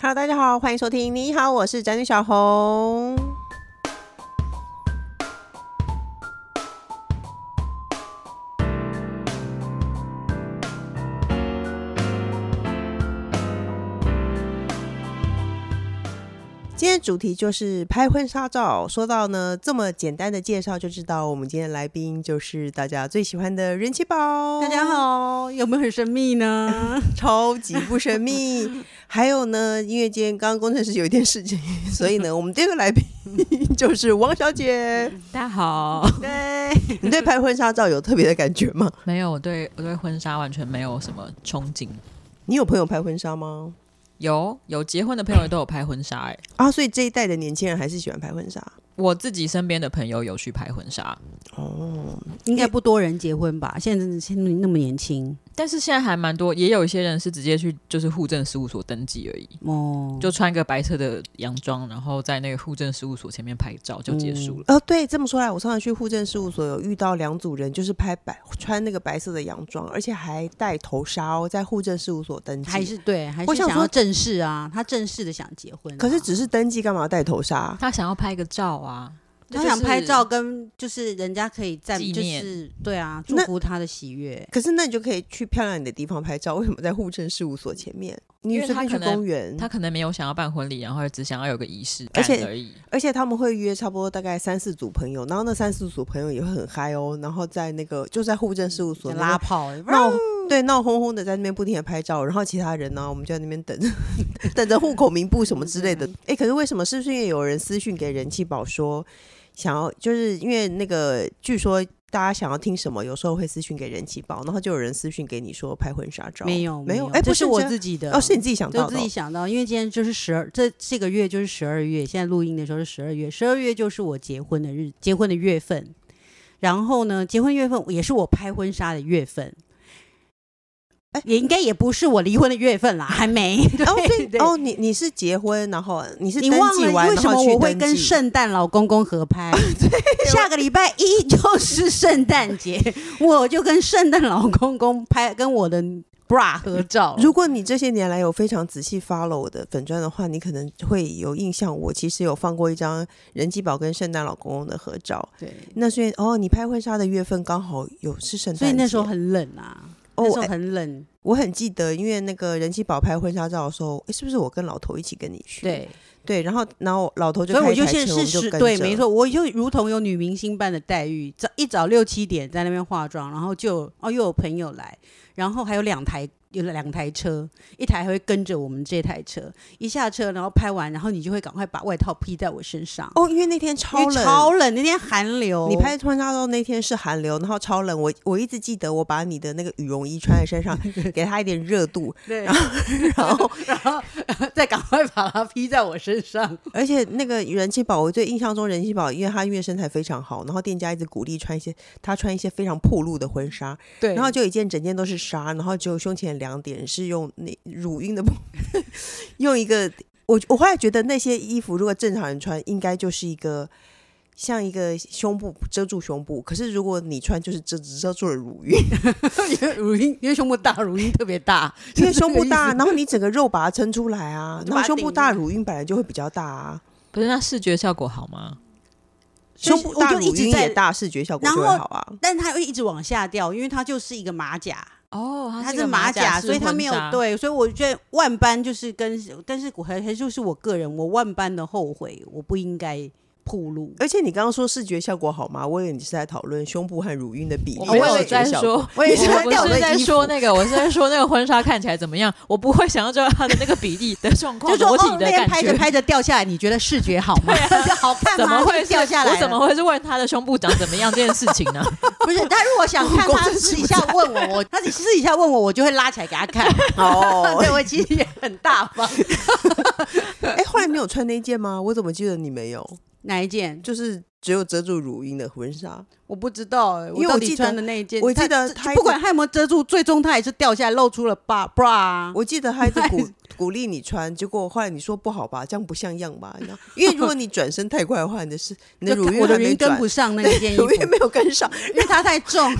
Hello， 大家好，欢迎收听。你好，我是宅女小红。今天主题就是拍婚纱照。说到呢，这么简单的介绍就知道，我们今天的来宾就是大家最喜欢的人气宝。 大家好，有没有很神秘呢？ 超级不神秘。还有呢，因为今天刚刚工程师有一件事情，所以呢，我们第二个来宾就是王小姐。 大家好。 对，你对拍婚纱照有特别的感觉吗？ 没有，我对婚纱完全没有什么憧憬。 你有朋友拍婚纱吗？ 有结婚的朋友都有拍婚纱所以这一代的年轻人还是喜欢拍婚纱。 我自己身边的朋友有去拍婚纱。 应该不多人结婚吧？现在那么年轻， 但是现在还蛮多，也有一些人是直接去就是户政事务所登记而已。就穿一个白色的洋装，然后在那个户政事务所前面拍照就结束了。 对，这么说来，我上次去户政事务所有遇到2组人，就是穿那个白色的洋装，而且还戴头纱在户政事务所登记。 还是想要正式啊？他正式的想结婚可是只是登记，干嘛要戴头纱？ 他想要拍个照啊。 他想拍照跟就是人家可以在纪念， 就是对啊，祝福他的喜悦。 可是那你就可以去漂亮的地方拍照，为什么在户政事务所前面？你随便去公园。 他可能没有想要办婚礼，然后只想要有个仪式感而已。 而且他们会约差不多大概3-4组朋友，然后那3-4组朋友也会很嗨哦，然后在那个就在户政事务所拉炮闹哄哄的在那边不停的拍照，然后其他人呢，我们就在那边等着户口名簿什么之类的。可是为什么？是不是因为有人私讯给人气宝说想要，就是因为那个据说大家想要听什么，有时候会私讯给人气宝，然后就有人私讯给你说拍婚纱照。没有， 不是我自己的是你自己想到的。 就自己想到，因为今天就是这个月就是12月，现在录音的时候是12月，12月就是我结婚的月份。然后呢，结婚月份也是我拍婚纱的月份。也应该也不是我离婚的月份啦，还没。 你是结婚，然后你是登记完， 你忘了为什么我会跟圣诞老公公合拍？下个礼拜1就是圣诞节，我就跟圣诞老公公拍，跟我的 bra 合照。 如果你这些年来有非常仔细 follow 我的粉专的话，你可能会有印象，我其实有放过一张人气宝跟圣诞老公公的合照。对，那所以你拍婚纱的月份刚好是圣诞节， 所以那时候很冷啊。那时候很冷。 我很记得，因为那个人气宝拍婚纱照的时候，是不是我跟老头一起跟你去？对，然后老头就开一台车，我们就跟着。 对，没错，我就如同有女明星般的待遇，一早6-7点在那边化妆，然后就又有朋友来，然后还有两台车，一台还会跟着我们这台车，一下车然后拍完，然后你就会赶快把外套披在我身上。 因为那天超冷， 那天寒流。 你拍婚纱照那天是寒流，然后超冷。我一直记得我把你的那个羽绒衣穿在身上，给它一点热度， 对，然后再赶快把它披在我身上。 而且那个人气宝，我最印象中人气宝，因为身材非常好，然后店家一直鼓励穿一些非常暴露的婚纱，对，然后就整件都是纱，然后只有胸前2点是用那乳晕的用一个我后来觉得那些衣服如果正常人穿应该就是像一个胸部遮住胸部，可是如果你穿就是只遮住了乳晕因为胸部大，乳晕特别大， 因为胸部大，然后你整个肉把它撑出来啊，然后胸部大乳晕本来就会比较大啊。 不是，那视觉效果好吗？ 胸部大乳晕也大，视觉效果就会好啊。 但它会一直往下掉，因为它就是一个马甲。 它是马甲，所以它没有对，所以我觉得万般就是但是我还就是我个人，我万般的后悔，我不应该暴露。 而且你刚刚说视觉效果好吗？我以为你是在讨论胸部和乳晕的比例。 我也在说，我是在说那个婚纱看起来怎么样，我不会想要知道它的那个比例的状况， 就说裸体的感觉。 拍着掉下来，你觉得视觉好吗？好看吗？ 怎么会掉下来？ 我怎么会是问他的胸部长怎么样这件事情呢？ 不是，他如果想看，他私底下问我，我就会拉起来给他看。对，我其实也很大方。 后来你有穿那件吗？我怎么记得你没有？ 哪一件？ 就是只有遮住乳晕的婚纱。 我不知道因为我记得穿的那一件， 我记得他不管他有没有遮住，最终他也是掉下来露出了 bra。 我记得他一直鼓励你穿，结果后来你说不好吧，这样不像样吧？因为如果你转身太快的话，你的乳晕我的乳晕跟不上那件衣服， 乳晕没有跟上， 因为它太重。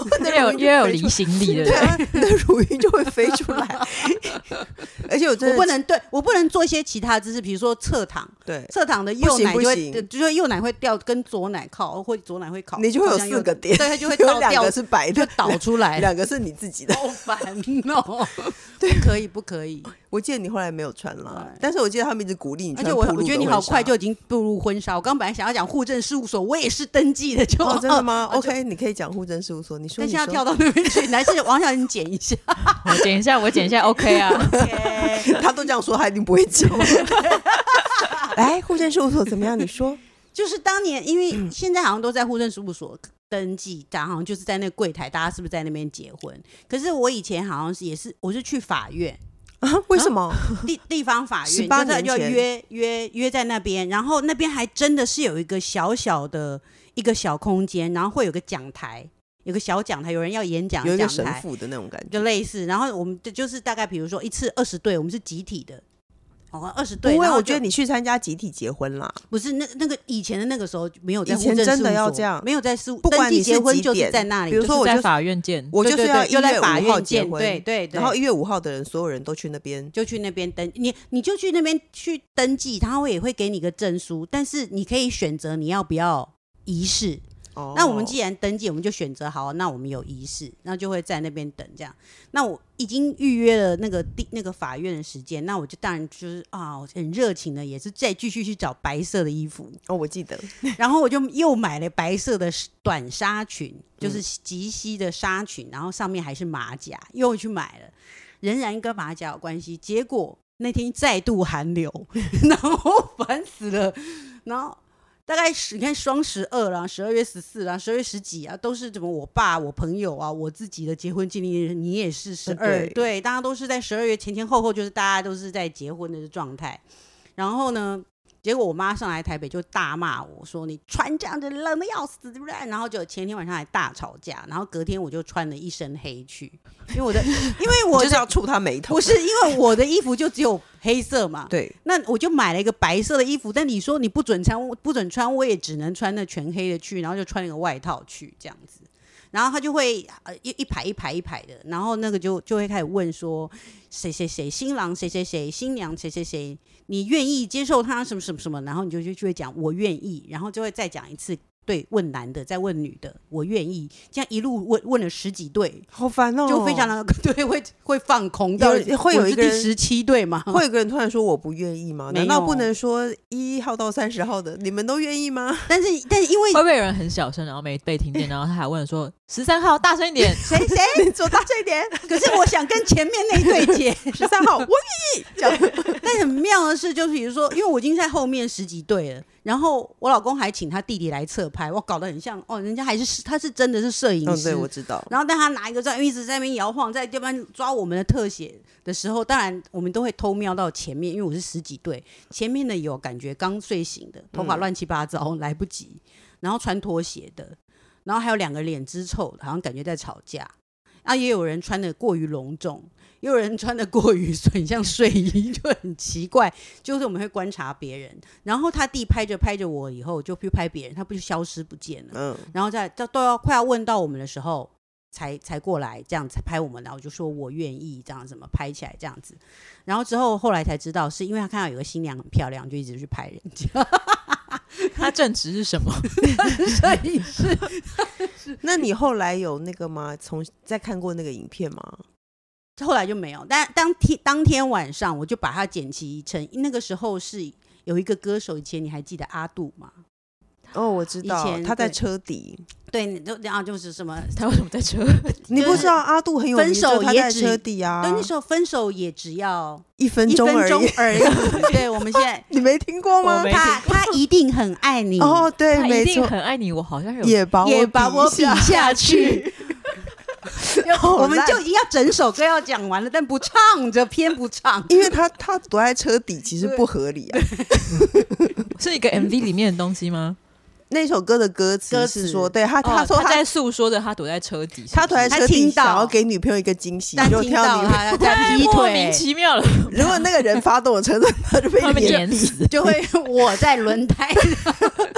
越有离心力对啊，你的乳晕就会飞出来。而且我不能做一些其他姿势，比如说侧躺， 对， 侧躺的右奶就右奶会掉跟左奶靠，或左奶会靠， 你就会有4个点， 对，它就会有2个是白的， 就倒出来 ，2个是你自己的， 好烦哦。不可以。 我记得你后来没有穿啦，但是我记得他们一直鼓励你穿而且我觉得你好快就已经步入婚纱。我刚本来想要讲户政事务所，我也是登记的，就真的吗？OK， 你可以讲户政事务所，你说。 但现在跳到那边去，还是王小姐剪一下， 我剪一下 ，OK 啊 ，OK， 他都这样说，他一定不会剪。来，户政事务所怎么样？你说。 就是当年，因为现在好像都在户政事务所登记，好像就是在那个柜台，大家是不是在那边结婚？可是我以前好像我是去法院啊？为什么？ 地方法院 18年前就约在那边，然后那边还真的是有一个小小的一个小空间，然后会有个讲台。有个小讲台，有人要演讲， 有一个神父的那种感觉， 就类似。然后我们就是大概比如说一次20对，我们是集体的。20对， 不会，我觉得你去参加集体结婚啦， 不是那个以前的那个时候没有在以前真的要这样， 没有在不管你是结婚就是在那里， 比如说我在法院见， 我就是要 1月5号结婚， 对， 然后1月5号的人，所有人都去那边， 就去那边登，你就去那边去登记，他也会给你个证书，但是你可以选择你要不要仪式。那我们既然登记，我们就选择好，那我们有仪式，那就会在那边等这样。那我已经预约了那个法院的时间，那我就当然就是很热情的，也是再继续去找白色的衣服。 我记得。 然后我就又买了白色的短纱裙，就是及膝的纱裙，然后上面还是马甲，又去买了，仍然跟马甲有关系。结果那天再度寒流，然后烦死了，然后。大概你看双12啦，12月14啦，12月10几啊，都是什么我爸、我朋友啊，我自己的结婚纪念日，你也是12，对，大家都是在12月前后，就是大家都是在结婚的状态。然后呢，结果我妈上来台北就大骂我说：“你穿这样子冷的要死，对不对？”然后就前天晚上还大吵架，然后隔天我就穿了一身黑去，因为我就是要触他眉头， 不是因为我的衣服就只有黑色嘛， 对， 那我就买了一个白色的衣服，但你说你不准穿，我也只能穿那全黑的去，然后就穿一个外套去这样子。然后他就会一排一排一排的，然后那个就会开始问说谁谁谁新郎谁谁谁新娘谁谁谁，你愿意接受他什么什么什么，然后你就会讲我愿意，然后就会再讲一次。对，问男的再问女的，我愿意，这样一路问了10几对， 好烦哦， 就非常的对，会放空，会有一个第17对吗？ 会有一个人突然说我不愿意吗？难道不能说1号到30号的你们都愿意吗？ 但是因为会不会有人很小声，然后没被听见，然后他还问说13号大声一点， 谁你说大声一点？ 可是我想跟前面那一对接 13号我愿意这样。 但很妙的是，就是比如说，因为我已经在后面10几对了。然后我老公还请他弟弟来侧拍，我搞得很像人家他是真的是摄影师， 对，我知道。 然后但他拿一个照，一直在那边摇晃，在这边抓我们的特写的时候，当然我们都会偷瞄到前面，因为我是10几对，前面的有感觉刚睡醒的，头发乱七八糟，来不及，然后穿拖鞋的，然后还有2个脸之臭的，好像感觉在吵架，也有人穿的过于隆重。也有人穿的过于很像睡衣，就很奇怪。就是我们会观察别人，然后他弟拍着我以后就去拍别人，他不就消失不见了。然后都要快要问到我们的时候才过来，这样才拍我们，然后就说我愿意这样怎么拍起来这样子。然后之后后来才知道，是因为他看到有个新娘很漂亮，就一直去拍人家。 他正职是什么？ 摄影师。 那你后来有那个吗？再看过那个影片吗？ 后来就没有，但当天晚上我就把它剪辑成那个时候是有一个歌手，以前你还记得阿杜吗？ 我知道，他在车底。 对，然后就是什么？ 他为什么在车底？ 你不知道阿杜很有名， 分手他在车底啊。 对，那时候分手也只要 1分钟而已。 对，我们现在你没听过吗？ 他一定很爱你。 对， 没错，他一定很爱你。我好像也把我比下去。 我们就已经要整首歌要讲完了，但不唱着偏不唱， 因为他躲在车底其实不合理啊。 是一个 MV 里面的东西吗？ 那首歌的歌词是说，对他说他在诉说着他躲在车底， 他躲在车底想要给女朋友一个惊喜， 就听到他在劈腿， 莫名其妙了。 如果那个人发动了车子，他就被碾死， 就会我在轮胎。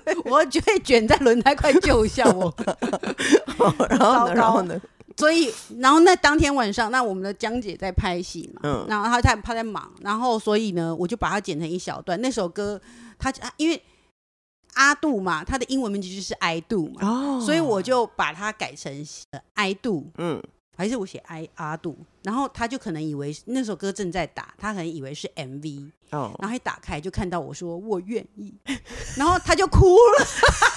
我就会卷在轮胎，快救一下我。 然后呢？ 所以，然后那当天晚上，那我们的江姐在拍戏嘛，然后她在忙，然后所以呢，我就把它剪成一小段。那首歌，因为阿杜嘛，他的英文名字就是 I do 嘛，所以我就把它改成I do，还是我写阿杜，然后他就可能以为那首歌正在打，他可能以为是 MV，然后一打开就看到我说我愿意，然后他就哭了。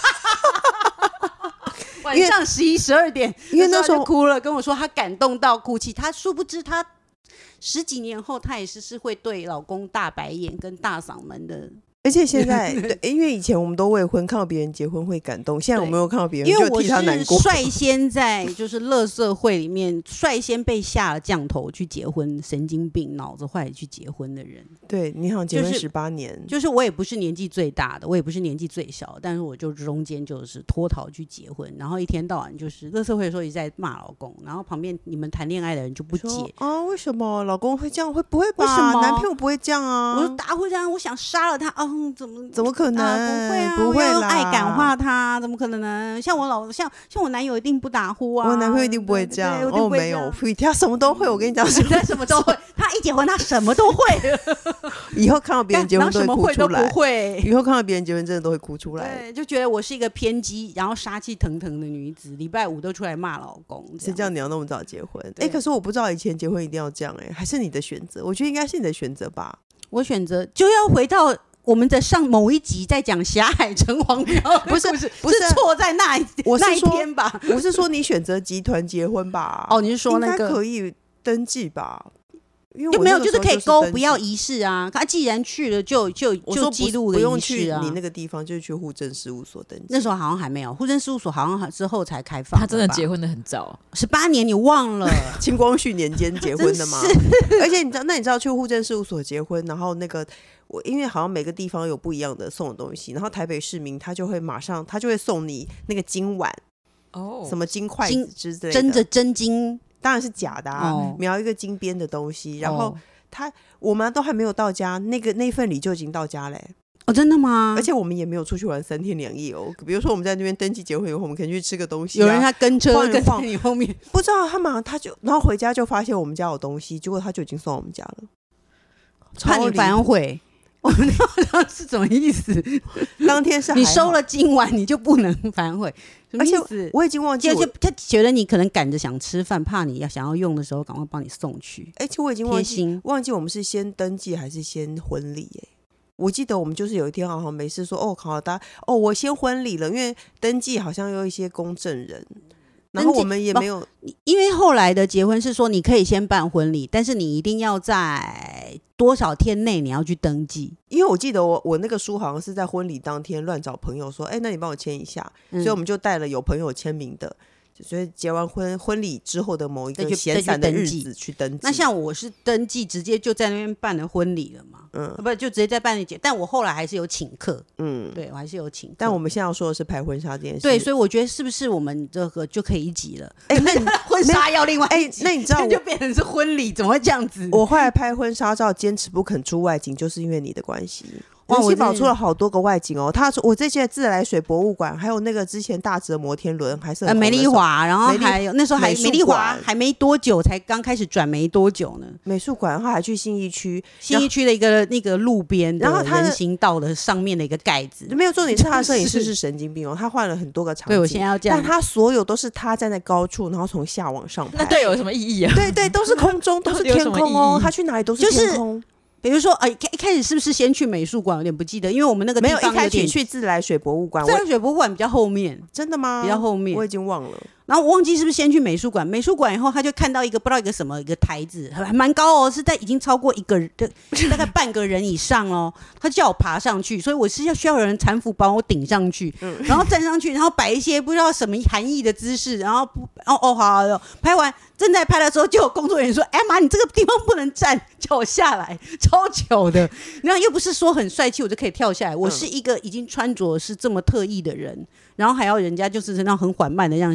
晚上11、12点，因为那时候哭了，跟我说他感动到哭泣。他殊不知，他10几年后，他也是会对老公大白眼跟大嗓门的。 而且现在对，因为以前我们都未婚，看到别人结婚会感动，现在我没有看到别人就替他难过。 因为我是率先在就是垃圾会里面率先被下了降头去结婚，神经病脑子坏去结婚的人。 对，你好像结婚18年， 就是我也不是年纪最大的，我也不是年纪最小的，但是我就中间就是脱逃去结婚，然后一天到晚就是垃圾会的时候一直在骂老公，然后旁边你们谈恋爱的人就不解啊，为什么老公会这样？会不会吧？为什么男朋友不会这样啊？ 我说打会这样，我想杀了他啊！ 怎么可能？ 不会啊， 不会啦， 我要用爱感化他，怎么可能呢？像我男友一定不打呼啊， 我男朋友一定不会这样。哦，没有，他什么都会。我跟你讲， 他什么都会。他一结婚，他什么都会。 以后看到别人结婚都会哭出来。 不会。 以后看到别人结婚真的都会哭出来。 对，就觉得我是一个偏激，然后杀气腾腾的女子。礼拜5都出来骂老公。 谁叫你要那么早结婚？可是我不知道以前结婚一定要这样还是你的选择？我觉得应该是你的选择吧。 我选择就要回到我们的上某一集在讲霞海城隍庙，不是错在那一天吧？ 我是说你选择集团结婚吧？ 哦，你是说那个应该可以登记吧？因为就没有，就是可以勾不要仪式啊。他既然去了，就记录了仪式啊。 不用去你那个地方，就是去户政事务所登记。 那时候好像还没有，户政事务所好像之后才开放。 他真的结婚的很早 ，18年，你忘了？ 清光绪年间结婚的吗？而且你知道去户政事务所结婚，然后那个因为好像每个地方有不一样的送的东西，然后台北市民他就会送你那个金碗什么金筷子之类的， 真的真金。 当然是假的描一个金边的东西，然后我们都还没有到家，那份礼就已经到家嘞。 哦，真的吗？ 而且我们也没有出去玩3天2夜哦。比如说我们在那边登记结婚以后，我们可能去吃个东西有人他跟车跟在你后面， 不知道然后回家就发现我们家有东西，结果他就已经送到我们家了， 怕你反悔。我们那是什么意思？ 当天是你收了今晚你就不能反悔， 而且我已经忘记他觉得你可能赶着想吃饭，怕你想要用的时候赶快帮你送去。 而且我已经忘记我们是先登记还是先婚礼我记得我们就是有一天好像没事说好的我先婚礼了，因为登记好像有一些公证人。然后我们也没有， 因为后来的结婚是说你可以先办婚礼，但是你一定要在多少天内你要去登记。 因为我记得我那个书好像是在婚礼当天乱找朋友说那你帮我签一下，所以我们就带了有朋友签名的，所以结完婚礼之后的某一个闲散的日子去登记。 那像我是登记直接就在那边办了婚礼了嘛，不就直接在办理结，但我后来还是有请客，对我还是有请客。 但我们现在要说的是拍婚纱这件事， 对，所以我觉得是不是我们这个就可以一集了？那婚纱要另外一集， 那你知道就变成是婚礼，怎么会这样子？ 我后来拍婚纱照坚持不肯出外景，就是因为你的关系。人气宝出了好多个外景他说我这些自来水博物馆，还有那个之前大直的摩天轮，还是很美丽华，然后还有那时候还美丽华还没多久，才刚开始转没多久呢。 美术馆，然后还去信义区的一个那个路边的人行道的上面的一个盖子， 没有重点是他的摄影师是神经病他换了很多个场景。 对，我现在要这样， 但他所有都是他站在高处，然后从下往上拍。 那对有什么意义啊？ 对，都是空中，都是天空他去哪里都是天空。 比如说一开始是不是先去美术馆？有点不记得，因为我们那个地方没有一开始去自来水博物馆。 自来水博物馆比较后面。 真的吗？ 比较后面， 我已经忘了。 然后我忘记是不是先去美术馆，美术馆以后他就看到一个不知道一个什么一个台子，还蛮高是在已经超过一个人大概半个人以上他叫我爬上去，所以我是需要有人搀扶把我顶上去，然后站上去，然后摆一些不知道什么含义的姿势，然后好，拍完正在拍的时候，就有工作人员说：“妈，你这个地方不能站，叫我下来。”超糗的，然后又不是说很帅气我就可以跳下来，我是一个已经穿着是这么特意的人，然后还要人家就是那样很缓慢的这样下来，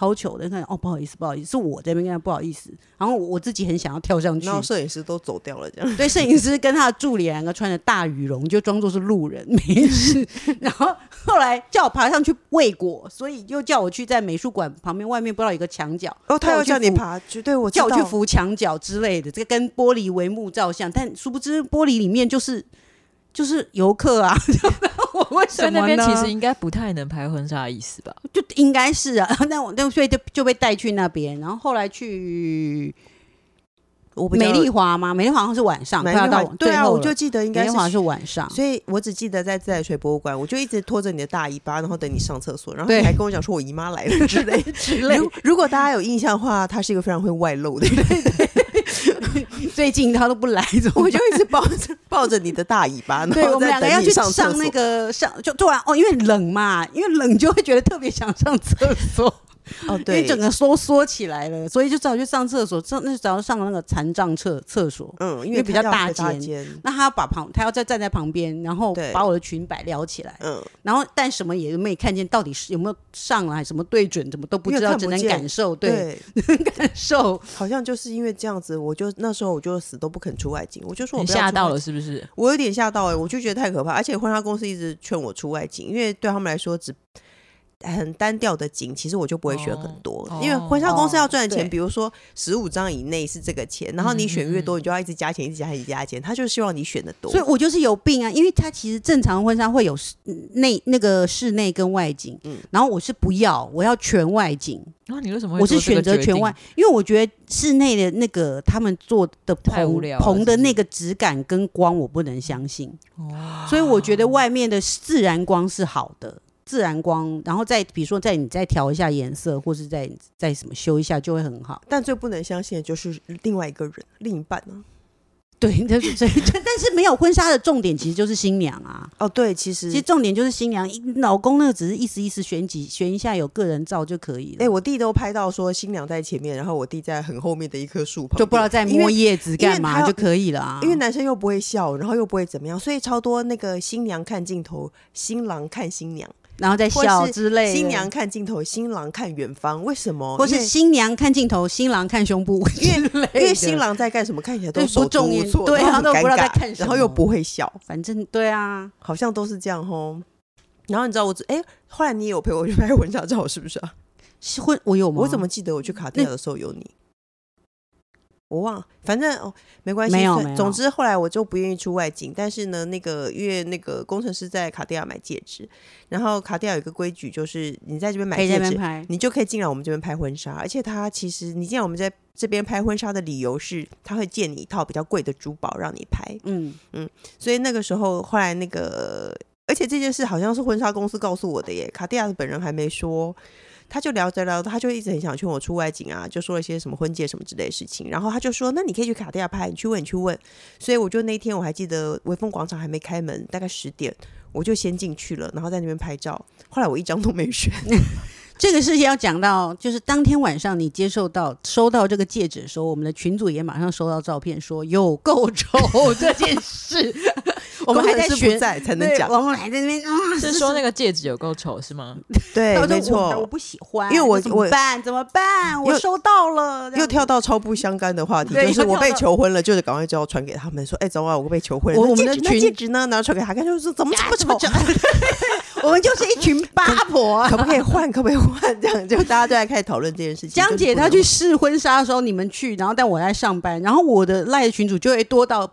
超糗的，看不好意思，是我这边跟他不好意思，然后我自己很想要跳上去， 然后摄影师都走掉了，这样。 对，摄影师跟他的助理两个穿着大羽绒，就装作是路人，没事。然后后来叫我爬上去喂果，所以又叫我去在美术馆旁边外面不知道有一个墙角， 他要叫你爬，对，我知道， 叫我去扶墙角之类的，这个跟玻璃帷幕照相，但殊不知玻璃里面就是游客啊。我为什么呢？ 所以那边其实应该不太能拍婚纱的意思吧？ 就应该是啊，所以就被带去那边，然后后来去美丽华吗？美丽华好像是晚上，快要到对啊，我就记得应该美丽华是晚上， 所以我只记得在自来水博物馆，我就一直拖着你的大尾巴，然后等你上厕所，然后你还跟我讲说我姨妈来了之类之类。如果大家有印象的话，他是一个非常会外露的人。 最近他都不来， 我就一直抱着你的大尾巴， 对，我们两个要去上那个就突然因为冷嘛，因为冷就会觉得特别想上厕所。对，因为整个缩起来了，所以就只好去上厕所。那只要上那个残障厕所，因为比较大间。那他要再站在旁边，然后把我的裙摆撩起来，然后但什么也没看见，到底是有没有上来，什么对准，怎么都不知道，只能感受，对，能感受。 好像就是因为这样子，那时候我就死都不肯出外景，我就说我不要吓到了，是不是？ 我有点吓到我就觉得太可怕，而且婚纱公司一直劝我出外景，因为对他们来说很单调的景，其实我就不会选很多，因为婚纱公司要赚的钱，比如说15张以内是这个钱，然后你选越多，你就要一直加钱，一直加钱，他就希望你选的多。 所以我就是有病啊，因为他其实正常婚纱会有那个室内跟外景，然后我是不要，我要全外景。 然后你为什么会我是选择全外？因为我觉得室内的那个他们做的棚的那个质感跟光我不能相信，所以我觉得外面的自然光是好的。自然光，然后再比如说你再调一下颜色，或是再什么修一下就会很好。 但最不能相信的就是另外一个人，另一半啊。 对，但是没有婚纱的重点其实就是新娘啊。 对，其实重点就是新娘，老公那个只是意思选一下有个人照就可以了。 我弟都拍到说新娘在前面，然后我弟在很后面的一棵树旁边， 就不知道在摸叶子干嘛就可以了啊。 因为男生又不会笑，然后又不会怎么样，所以超多那个新娘看镜头，新郎看新娘。 然后再笑之类的， 新娘看镜头，新郎看远方，为什么？ 或是新娘看镜头，新郎看胸部， 因为新郎在干什么，看起来都手足无措， 对，然后都不知道在看什么， 然后又不会笑， 反正对啊， 好像都是这样吼。然后你知道后来你也有陪我去拍婚纱照，是不是啊？ 我有吗？ 我怎么记得我去卡地亚的时候有你？我忘了，反正没关系。 没有。 总之后来我就不愿意出外景，但是呢，因为那个工程师在卡地亚买戒指，然后卡地亚有一个规矩，就是你在这边买戒指，你就可以进来我们这边拍婚纱。而且他其实你进来我们在这边拍婚纱的理由是，他会借你一套比较贵的珠宝让你拍。所以那个时候后来而且这件事好像是婚纱公司告诉我的耶，卡地亚的本人还没说。他就聊着聊着，他就一直很想劝我出外景啊，就说了一些什么婚戒什么之类的事情。然后他就说：“那你可以去卡地亚拍，你去问。”所以我就那天我还记得微风广场还没开门，大概10点，我就先进去了，然后在那边拍照。后来我一张都没选。 这个事情要讲到，就是当天晚上你收到这个戒指的时候，我们的群组也马上收到照片，说有够丑这件事。我们还在不在才能讲， 我们还在那边是说那个戒指有够丑是吗？ 对，没错， 我不喜欢， 因为我怎么办？我收到了， 又跳到超不相干的话题，就是我被求婚了，就是赶快就要传给他们说，早晚我被求婚了，我们的戒指呢，然后传给他看，就说怎么这么丑？ 我们就是一群八婆， 可不可以换？这样就大家都在开始讨论这件事情。 江姐她去试婚纱的时候，你们去，然后但我在上班，然后我的赖群组就会多到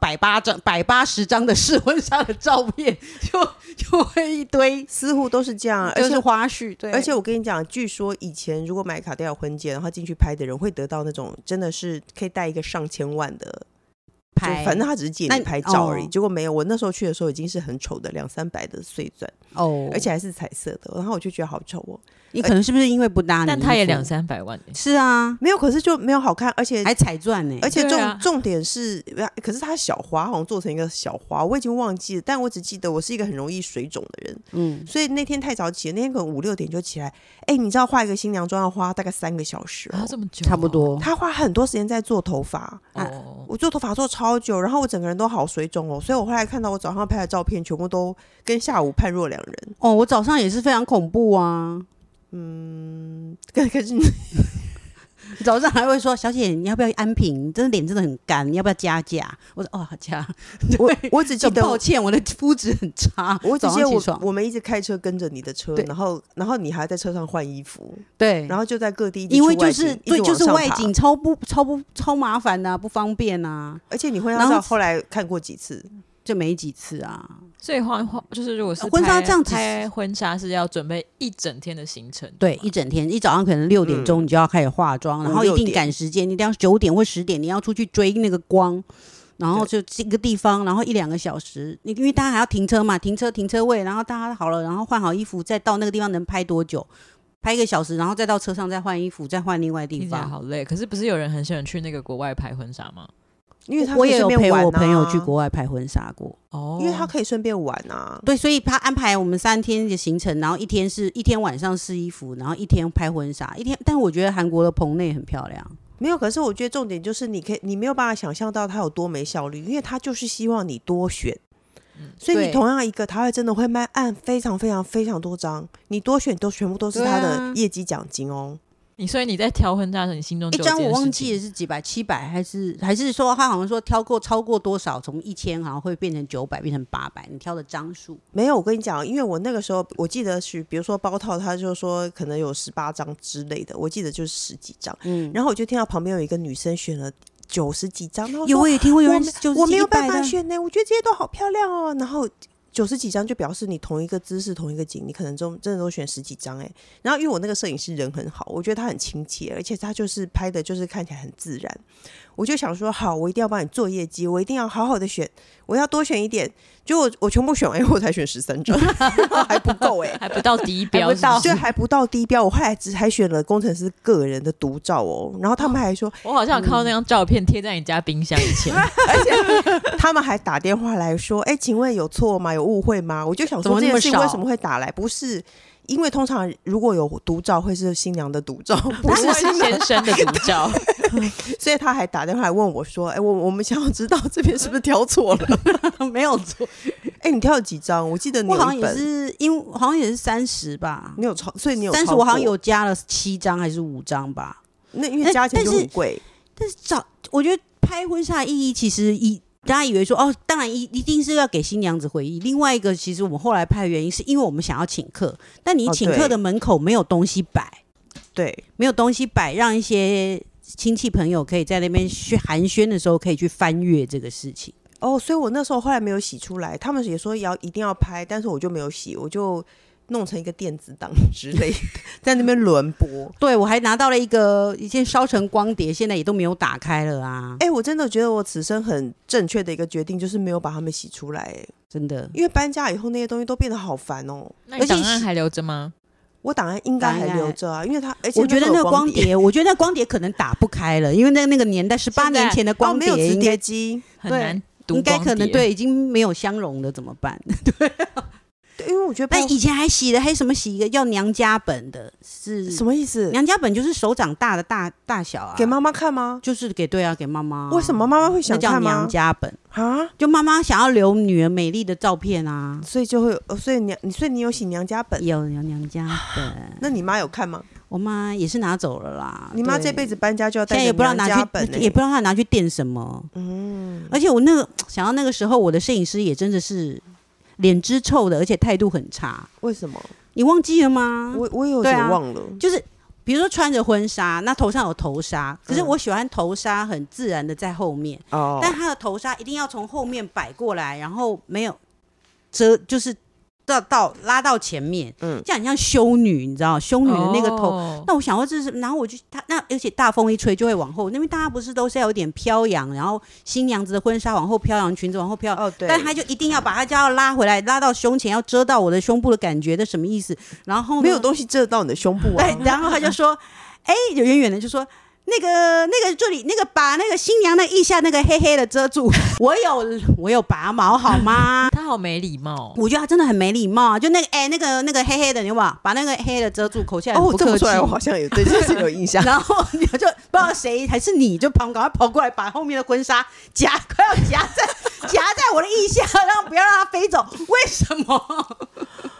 180张的试婚纱的照片，就会一堆， 似乎都是这样， 就是花絮。对， 而且我跟你讲，据说以前如果买卡地亚婚戒，然后进去拍的人会得到那种真的是可以带一个上千万的。反正他只是借你拍照而已，结果没有。我那时候去的时候已经是很丑的200-300的碎钻而且还是彩色的，然后我就觉得好丑哦。 你可能是不是因为不搭你？ 但他也200-300万。 是啊， 没有，可是就没有好看，而且还彩钻呢。 而且重点是，可是它小花好像做成一个小花，我已经忘记了，但我只记得我是一个很容易水肿的人，所以那天太早起了，那天可能5-6点就起来。你知道画一个新娘妆要花大概3个小时这么久？ 差不多。 他花很多时间在做头发，我做头发做超久，然后我整个人都好水肿所以我后来看到我早上拍的照片，全部都跟下午判若两人。 我早上也是非常恐怖啊。 可是早上还会说小姐你要不要安瓶，你真的脸真的很干，你要不要加价？我说哦好加。 我只记得抱歉我的肤质很差， 我只记得我们一直开车跟着你的车，然后你还在车上换衣服， 对， 然后就在各地因为就是对，就是外景超麻烦的不方便啊， 而且你婚纱照后来看过几次？ 就没几次啊。 所以就是如果是婚纱这样子拍婚纱是要准备一整天的行程， 对，一整天，一早上可能6点钟你就要开始化妆，然后一定赶时间，你一定要9点或10点你要出去追那个光，然后就这个地方，然后1-2个小时，因为大家还要停车嘛，停车位，然后大家好了，然后换好衣服，再到那个地方能拍多久？拍1个小时，然后再到车上再换衣服，再换另外地方， 好累。可是不是有人很喜欢去那个国外拍婚纱吗？ 因为他我也有陪我朋友去国外拍婚纱过， 因为他可以顺便玩啊。 对，所以他安排我们3天的行程，然后一天晚上试衣服，然后1天拍婚纱，但我觉得韩国的棚内很漂亮。 没有，可是我觉得重点就是你没有办法想象到他有多没效率，因为他就是希望你多选。所以你同样一个他会真的会卖按非常非常非常多张，你多选都全部都是他的业绩奖金哦。 所以你在挑婚纱的时候，你心中就有一张我忘记的是几百700还是说他好像说挑过超过多少，从1000好像会变成900变成800，你挑的张数没有。我跟你讲，因为我那个时候我记得是比如说包套他就说可能有18张之类的，我记得就是10几张，然后我就听到旁边有一个女生选了90几张，然后我也听过有人我没有办法选呢，我觉得这些都好漂亮哦，然后90几张就表示你同一个姿势同一个景你可能真的都选10几张欸。然后因为我那个摄影师人很好，我觉得他很亲切，而且他就是拍的就是看起来很自然，我就想说好，我一定要帮你做业绩，我一定要好好的选，我要多选一点。结果我全部选完以后我才选13张还不够欸， 还不到低标， 就还不到低标。我后来还选了工程师个人的独照哦，然后他们还说我好像有看到那张照片贴在你家冰箱以前而且他们还打电话来说请问有错吗？有误会吗？我就想说这件事为什么会打来，不是因为通常如果有独照会是新娘的独照，不是先生的独照所以他还打电话来问我说我们想要知道这边是不是挑错了没有错你挑了几张？我记得你有一本， 我好像也是好像也是30吧， 你有超，所以你有 30，我好像有加了7张还是5张吧。 那因为加起来就很贵， 但是我觉得拍婚纱的意义其实大家以为说当然一定是要给新娘子回忆。另外一个，其实我们后来拍的原因是因为我们想要请客，但你请客的门口没有东西摆， 对， 没有东西摆，让一些亲戚朋友可以在那边寒暄的时候可以去翻阅这个事情。 所以我那时候后来没有洗出来，他们也说一定要拍，但是我就没有洗，我就弄成一个电子档之类的在那边轮播。 对，我还拿到了一件烧成光碟，现在也都没有打开了啊。 我真的觉得我此生很正确的一个决定就是没有把他们洗出来真的， 因为搬家以后那些东西都变得好烦哦。 那你档案还留着吗？ 我档案应该还留着啊，因为而且我觉得那个光碟，我觉得那光碟可能打不开了，因为那个年代18年前的光碟没有磁碟机， 很难读应该可能对已经没有相容了，怎么办？对因为我觉得但以前还洗的，还什么洗一个叫娘家本的，是什么意思？ 娘家本就是手掌大的大小啊， 给妈妈看吗？ 就是给妈妈。 为什么妈妈会想看吗？ 那叫娘家本啊， 就妈妈想要留女儿美丽的照片啊， 所以就会所以你有洗娘家本？ 有娘家本。 那你妈有看吗？ 我妈也是拿走了啦。 你妈这辈子搬家就要带着也不知道娘家本也不知道她拿去垫什么。而且我想到那个时候，我的摄影师也真的是脸之臭的，而且态度很差。 为什么？ 你忘记了吗？ 我有点忘了。 就是比如说穿着婚纱，那头上有头纱，可是我喜欢头纱很自然的在后面，但他的头纱一定要从后面摆过来，然后没有遮，就是拉到前面，这样很像修女，你知道修女的那个头。那我想说这是，然后我就而且大风一吹就会往后，因为大家不是都是要有点飘扬，然后新娘子的婚纱往后飘扬，裙子往后飘， 对， 但他就一定要把它就要拉回来，拉到胸前，要遮到我的胸部的感觉，这什么意思？然后没有东西遮到你的胸部啊。 对，然后他就说，有远远的就说。那个这里把那个新娘的腋下那个黑黑的遮住，我有拔毛好吗？ 他好没礼貌， 我觉得他真的很没礼貌啊！就那个黑黑的，你有没有把那个黑黑的遮住？口气很不客气。 我好像有对这是有印象。 然后你就不知道谁还是你，就赶快跑过来把后面的婚纱快要夹在我的腋下，不要让它飞走。为什么？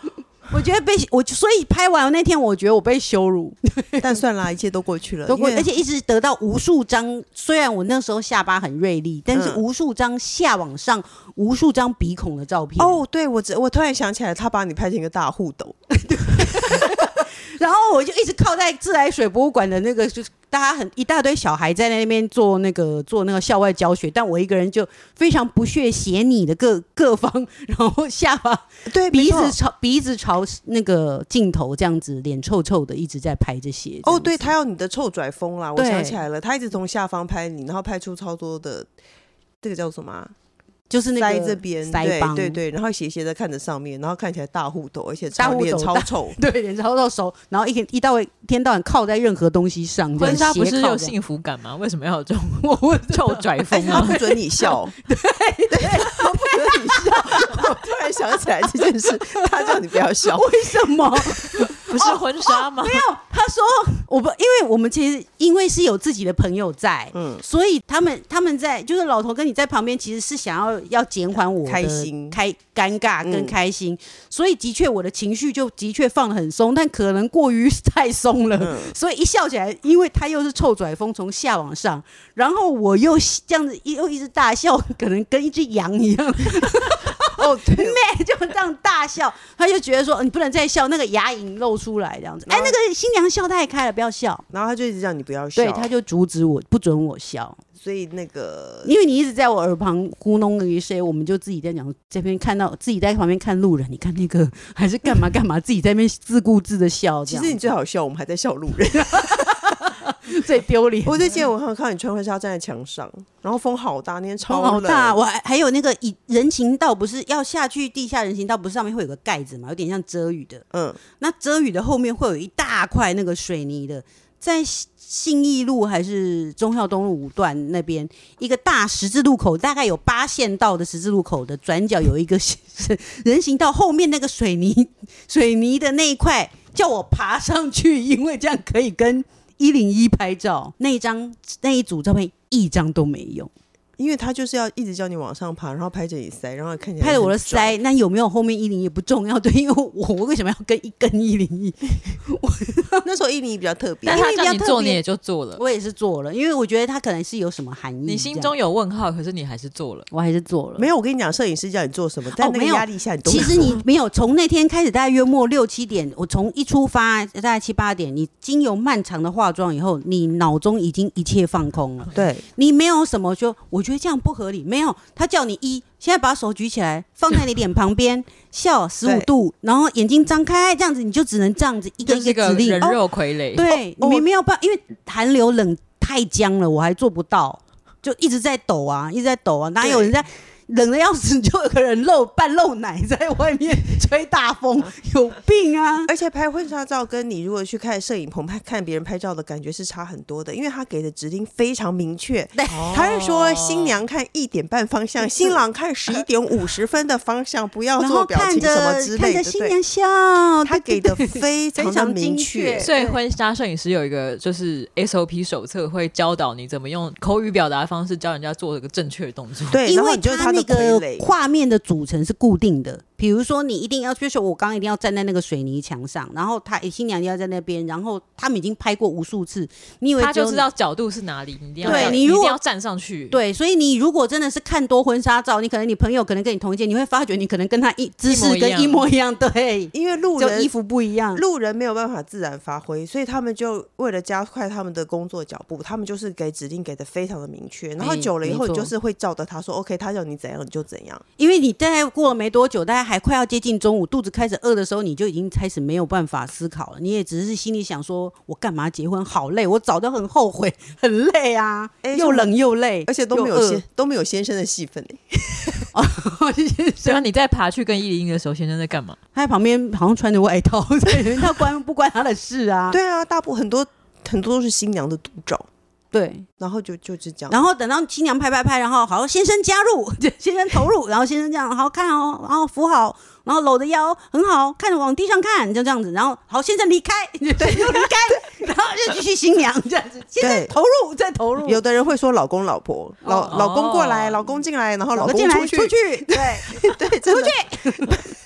我觉得所以拍完那天，我觉得我被羞辱， 但算啦，一切都过去了， 而且一直得到无数张。虽然我那时候下巴很锐利，但是无数张下往上、无数张鼻孔的照片。 哦，对，我突然想起来，他把你拍成一个大护斗。 然后我就一直靠在自来水博物馆的那个，就是大家一大堆小孩在那边做那个校外教学，但我一个人就非常不屑斜你的各方，然后下巴对鼻子朝那个镜头这样子，脸臭臭的一直在拍这些。 哦，对，他有你的臭拽风啦，我想起来了，他一直从下方拍你，然后拍出超多的这个叫什么就是那个腮这边，对，然后斜斜的看着上面，然后看起来大护斗，而且脸超臭， 对，脸超臭手，然后一天到晚靠在任何东西上。 婚纱不是有幸福感吗？为什么要有这种臭拽风啊？ 他不准你笑，对，他不准你笑。我突然想起来这件事，他叫你不要笑， 为什么？ 不是婚纱吗？ 没有，他说因为我们其实因为是有自己的朋友在，所以他们在就是老头跟你在旁边，其实是想要减缓我的开心、 尴尬跟开心，所以的确我的情绪就的确放得很松，但可能过于太松了，所以一笑起来，因为他又是臭拽风从下往上，然后我又这样子又一直大笑，可能跟一只羊一样。 哦，对， 妹就这样大笑，他就觉得说你不能再笑，那个牙龈露出来这样子。那个新娘笑太开了，不要笑。 然后他就一直叫你不要笑， 对，他就阻止我，不准我笑。 所以那个， 因为你一直在我耳旁糊弄了一些，我们就自己在讲这边看到自己在旁边看路人，你看那个还是干嘛干嘛，自己在那边自顾自的笑。 其实你最好笑，我们还在笑路人。 最丢脸！ 我就记得我看到你穿婚纱站在墙上，然后风好大，那天超冷。 风好大，我还有那个人行道，不是要下去地下人行道，不是上面会有个盖子嘛，有点像遮雨的。那遮雨的后面会有一大块那个水泥的，在信义路还是忠孝东路5段那边一个大十字路口，大概有8线道的十字路口的转角有一个人行道，后面那个水泥的那一块，叫我爬上去，因为这样可以跟101拍照。那一组照片一张都没有， 因为他就是要一直叫你往上爬，然后拍着你腮，然后看起来拍着我的腮。那有没有后面101也不重要，对，因为我为什么要跟101？ 那时候101比较特别， 但他叫你做你也就做了。 我也是做了，因为我觉得他可能是有什么含义。 你心中有问号，可是你还是做了。 我还是做了。 没有，我跟你讲，摄影师叫你做什么，在那个压力下你都其实你没有。从那天开始，大概约莫6、7点，我从一出发大概7、8点，你经由漫长的化妆以后，你脑中已经一切放空了。 对， 你没有什么说，我觉得这样不合理。没有，他叫你现在把手举起来，放在你脸旁边，笑15度，然后眼睛张开，这样子你就只能这样子一个一个指令。 人肉傀儡。 对，你没有办法，因为寒流冷太僵了，我还做不到，就一直在抖啊，哪有人在冷的要死，就有个人半露奶在外面吹大风，有病啊！ 而且拍婚纱照跟你如果去看摄影棚看别人拍照的感觉是差很多的，因为他给的指令非常明确。对，他是说新娘看1点半方向，新郎看11点50分的方向，不要做表情什么之类的。 看着新娘笑， 他给的非常的明确。 所以婚纱摄影师有一个就是 SOP 手册，会教导你怎么用口语表达的方式教人家做一个正确的动作。 对， 因为他那个画面的组成是固定的，比如说你一定要，就是我刚刚一定要站在那个水泥墙上，然后新娘要在那边，然后他们已经拍过无数次，你以为他就知道角度是哪里，你一定要对， 你一定要站上去。 对，所以你如果真的是看多婚纱照，你朋友可能跟你同一件，你会发觉你可能跟他姿势跟一模一样。对， 因为路人就衣服不一样， 路人没有办法自然发挥，所以他们就为了加快他们的工作脚步，他们就是给指令给的非常的明确，然后久了以后你就是会照着他说 OK， 他叫你怎样你就怎样。 因为你大概过了没多久，大概还快要接近中午，肚子开始饿的时候，你就已经开始没有办法思考了。你也只是心里想说，我干嘛结婚？好累，我早就很后悔，很累啊，又冷又累， 而且都没有先生的戏份所以你在爬去跟101的时候，先生在干嘛？ 他在旁边好像穿着外套，他不关他的事啊。 对啊，很多都是新娘的独照。 对， 然后就是这样， 然后等到新娘拍，然后好，先生加入，先生投入，然后先生这样好看哦，然后扶好，然后搂着腰很好，看着往地上看，就这样子，然后好，先生离开，对，又离开，然后就继续新娘这样子，先生投入再投入。 有的人会说老公老婆，老公过来，老公进来，然后老公出去， 对对， 出去。拍婚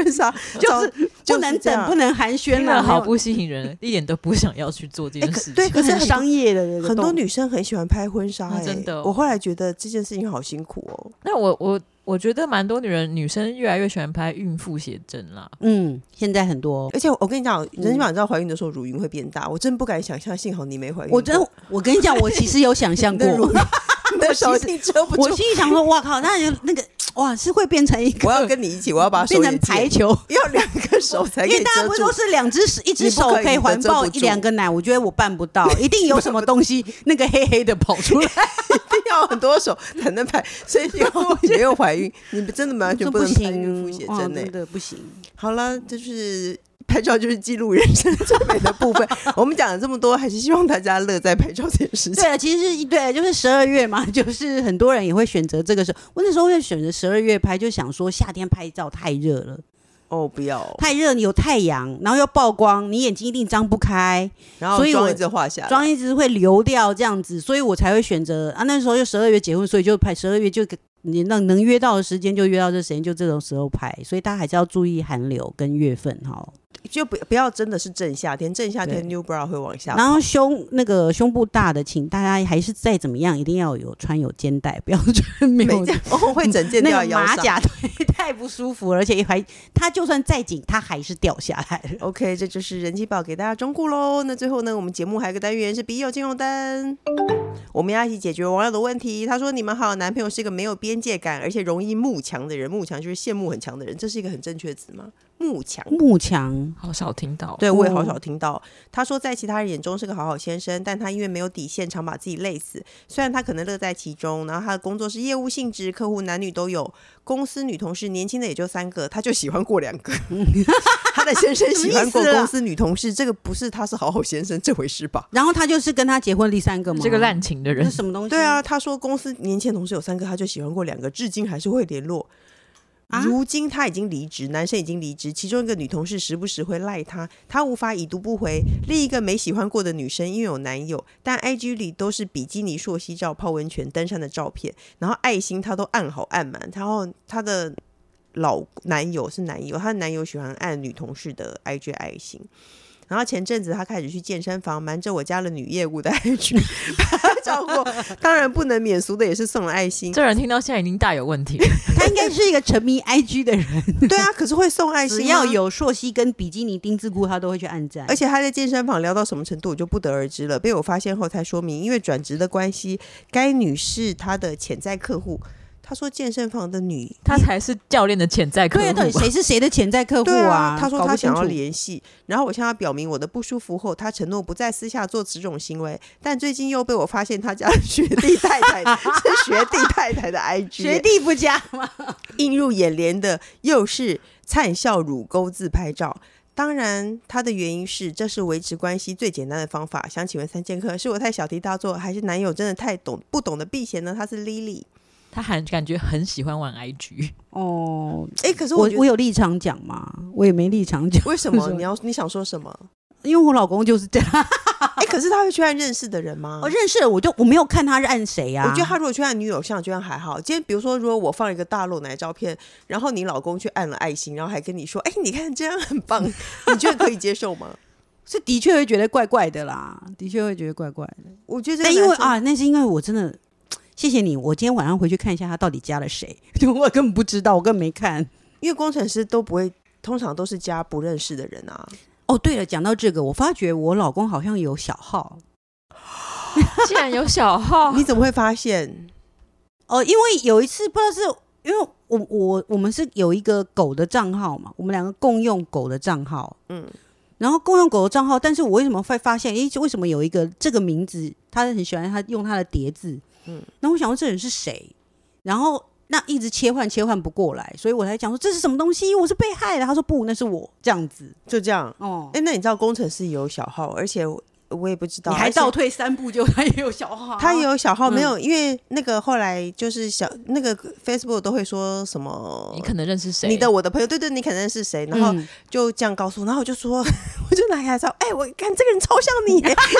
婚纱， 就是不能等，不能寒暄了， 好不吸引人，一点都不想要去做这件事情。 对，可是很商业的很多女生很喜欢拍婚纱， 真的。 我后来觉得这件事情好辛苦哦。 那我觉得蛮多女生越来越喜欢拍孕妇写真啦。 现在很多， 而且我跟你讲，人家知道怀孕的时候乳晕会变大，我真不敢想象，幸好你没怀孕。 我跟你讲，我其实有想象过， 你的手心遮不住。 我心里想说，哇靠，那个哇是会变成一个， 我要跟你一起，我要把手变成排球， 要2个手才可以遮住。 因为大家不都是一只手可以环抱1-2个奶，我觉得我办不到，一定有什么东西那个黑黑的跑出来， 一定要很多手才能拍。所以你没有怀孕，你真的完全不能拍孕妇写真， 真的不行。 好了，就是拍照就是记录人生最美的部分。我们讲了这么多，还是希望大家乐在拍照这件事情。 对啊，其实对，就是12月嘛，就是很多人也会选择这个时候。我那时候会选择12月拍，就想说夏天拍照太热了。 不要太热，你有太阳，然后又曝光，你眼睛一定张不开， 然后妆一直画下来， 妆一直会流掉这样子，所以我才会选择啊。那时候就12月结婚，所以就拍12月，就你能约到的时间就约到这时间，就这种时候拍。所以大家还是要注意寒流跟月份哈。 就不要真的是正夏天new bra 会往下跑。 然后胸部大的，请大家还是再怎么样，一定要穿有肩带，不要穿没有会整件掉腰上。 那个马甲太不舒服了，而且它就算再紧，它还是掉下来了。 OK， 这就是人气宝给大家忠告喽。那最后呢，我们节目还有一个单元是笔友金融灯，我们要一起解决网友的问题。他说：“你们好，男朋友是一个没有边界感，而且容易慕强的人。慕强就是羡慕很强的人，这是一个很正确的词吗？慕强好少听到， 对，我也好少听到。他说在其他人眼中是个好好先生，但他因为没有底线，常把自己累死。虽然他可能乐在其中，然后他的工作是业务性质，客户男女都有，公司女同事年轻的也就3个，他就喜欢过2个。他的先生喜欢过公司女同事，这个不是他是好好先生这回事吧？ 然后他就是跟他结婚第3个吗？ 这个滥情的人是什么东西？ 对啊，他说公司年前同事有3个，他就喜欢过2个，至今还是会联络。如今他已经离职，男生已经离职，其中一个女同事时不时会赖他，他无法已读不回。另一个没喜欢过的女生因为有男友，但 IG 里都是比基尼溯溪照、泡温泉、登山的照片，然后爱心他都按好按满。然后他的男友，他的男友喜欢按女同事的 IG 爱心。然后前阵子他开始去健身房，瞒着我加了女业务的 IG 拍照过，当然不能免俗的也是送了爱心。 这人听到现在已经大有问题了。 他应该是一个沉迷 IG 的人。 对啊，可是会送爱心， 只要有溯溪跟比基尼丁字裤他都会去按赞。 而且他在健身房聊到什么程度我就不得而知了，被我发现后才说明，因为转职的关系，该女是他的潜在客户。他说健身房的他才是教练的潜在客户。 对，谁是谁的潜在客户啊？ 他说他想要联系，然后我向他表明我的不舒服后，他承诺不在私下做此种行为，但最近又被我发现他家学弟太太是学弟太太的 IG， 学弟不加吗？ 映入眼帘的又是灿笑乳沟自拍照。当然他的原因是这是维持关系最简单的方法。想请问3剑客，是我太小题大做，还是男友真的太不懂得避嫌呢？他是 Lily， 他感觉很喜欢玩 IG 哦。 可是我有立场讲吗？我也没立场讲。 为什么？你想说什么？ 因为我老公就是这样。 可是他会去按认识的人吗？ 我认识了，我没有看他是按谁啊。 我觉得他如果去按女友像，居然还好。今天比如说，如果我放一个大露奶照片，然后你老公去按了爱心，然后还跟你说：“你看这样很棒。”你觉得可以接受吗？ 是的确会觉得怪怪的啦，的确会觉得怪怪的。 我觉得但因为那是因为我真的。谢谢你，我今天晚上回去看一下他到底加了谁，我根本不知道，我根本没看。 因为工程师都不会，通常都是加不认识的人啊。 哦，对了，讲到这个，我发觉我老公好像有小号。 竟然有小号？ 你怎么会发现？ 因为有一次不知道是因为我们是有一个狗的账号嘛，我们2个共用狗的账号，然后共用狗的账号，但是我为什么会发现，为什么有一个这个名字，他很喜欢他用他的叠字。然后我想说这人是谁，然后那一直切换不过来，所以我才讲说这是什么东西，我是被害的。他说不，那是我，这样子就这样。那你知道工程师也有小号，而且我也不知道， 你还倒退3步就他也有小号， 他也有小号，没有，因为那个后来就是那个 Facebook 都会说什么， 你可能认识谁， 你的我的朋友，对，你可能认识谁，然后就这样告诉我，然后我就说，我就拿给他照，我看这个人超像你，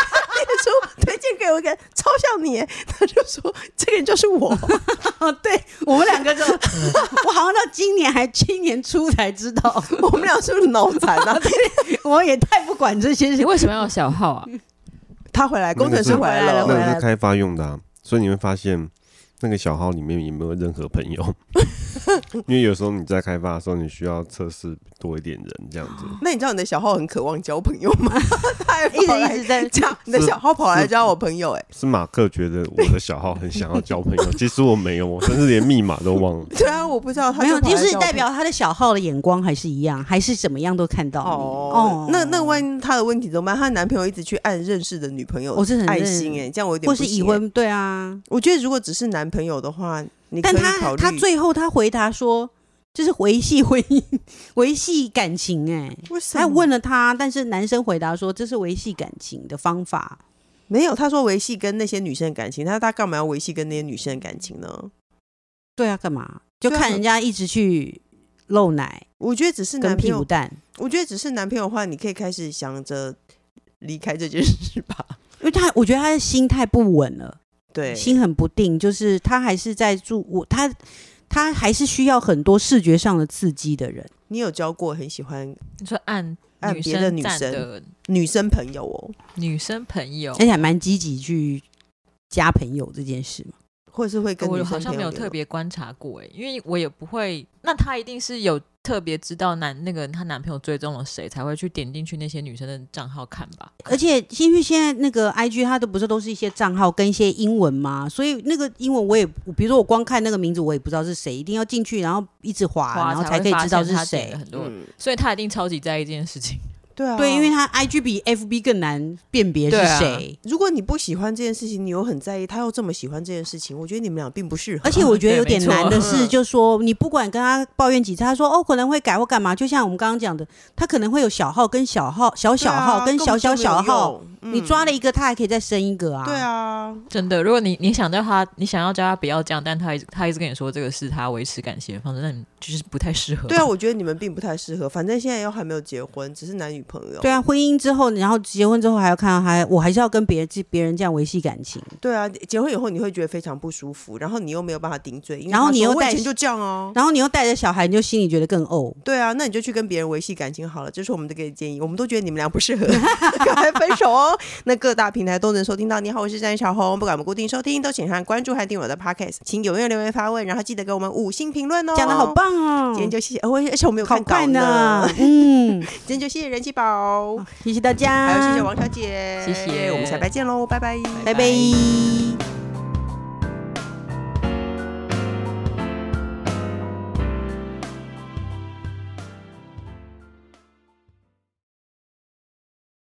书推荐给我一个超像你，他就说这个人就是我。 对，我们两个就我好像到今年初才知道， 我们俩是不是脑残啊？ 我也太不管这些事。 为什么要有小号啊？ 他回来，工程师回来了， 那个是开发用的啊，所以你会发现那个小号里面也没有任何朋友。因为有时候你在开发的时候，你需要测试多一点人这样子。 那你知道你的小号很渴望交朋友吗？他还一直在讲你的小号跑来交我朋友， 是马克觉得我的小号很想要交朋友，其实我没有，我甚至连密码都忘了。 对啊，我不知道他没有，就是代表他的小号的眼光还是一样，还是怎么样都看到你。 那万一他的问题怎么办？他男朋友一直去按认识的女朋友爱心，这样我有点不行。 或是已婚，对啊。 我觉得如果只是男朋友的话，你可以考虑。 但他最后他回答说，就是维系婚姻、维系感情。 为什么？ 他问了他，但是男生回答说这是维系感情的方法。 没有，他说维系跟那些女生的感情，他干嘛要维系跟那些女生的感情呢？ 对啊，干嘛？就看人家一直去露奶。 我觉得只是男朋友跟屁股蛋。 我觉得只是男朋友的话，你可以开始想着离开这件事吧。 因为我觉得他的心太不稳了， 对， 心很不定，就是他还是在他还是需要很多视觉上的刺激的人。 你有交过很喜欢你说按别的女生朋友哦？ 女生朋友， 而且还蛮积极去加朋友这件事嘛。 或者是会跟女生朋友， 我好像没有特别观察过因为我也不会。那他一定是有特别知道她男朋友追踪了谁，才会去点进去那些女生的账号看吧。 而且因为现在那个 IG 它都是一些账号跟一些英文嘛，所以那个英文我也，比如说我光看那个名字我也不知道是谁，一定要进去然后一直滑然后才可以知道是谁。 很多所以他一定超级在意这件事情。 对啊， 对，因为他 IG 比 FB 更难辨别是谁。 如果你不喜欢这件事情，你又很在意，他又这么喜欢这件事情，我觉得你们俩并不适合。 而且我觉得有点难的是，就是说你不管跟他抱怨几次，他说可能会改或干嘛，就像我们刚刚讲的，他可能会有小号跟小号、小号跟小号，你抓了一个，他还可以再生一个啊。 对啊， 真的，如果你想叫他，你想要叫他不要这样，但他一直跟你说这个是他维持感情的方式，那你就是不太适合。 对啊，我觉得你们并不太适合。反正现在又还没有结婚，只是男女朋友。 对啊，婚姻之后，然后结婚之后还要看到我还是要跟别人这样维系感情。 对啊，结婚以后你会觉得非常不舒服，然后你又没有办法顶嘴， 然后你又带就这样哦， 然后你又带着小孩，你就心里觉得更对啊，那你就去跟别人维系感情好了。这是我们的给建议，我们都觉得你们俩不适合，赶快分手哦。那各大平台都能收听到。你好，我是詹小红，不管我们固定收听，都请关注和订阅我的 podcast， 请踊跃留言发问，然后记得给我们5星评论哦。 讲得好棒哦！ 今天就谢谢，而且我没有看稿呢。今天就谢谢人气宝， 谢谢大家， 还有谢谢王小姐， 谢谢， 我们下拜见喽，拜拜， 拜拜。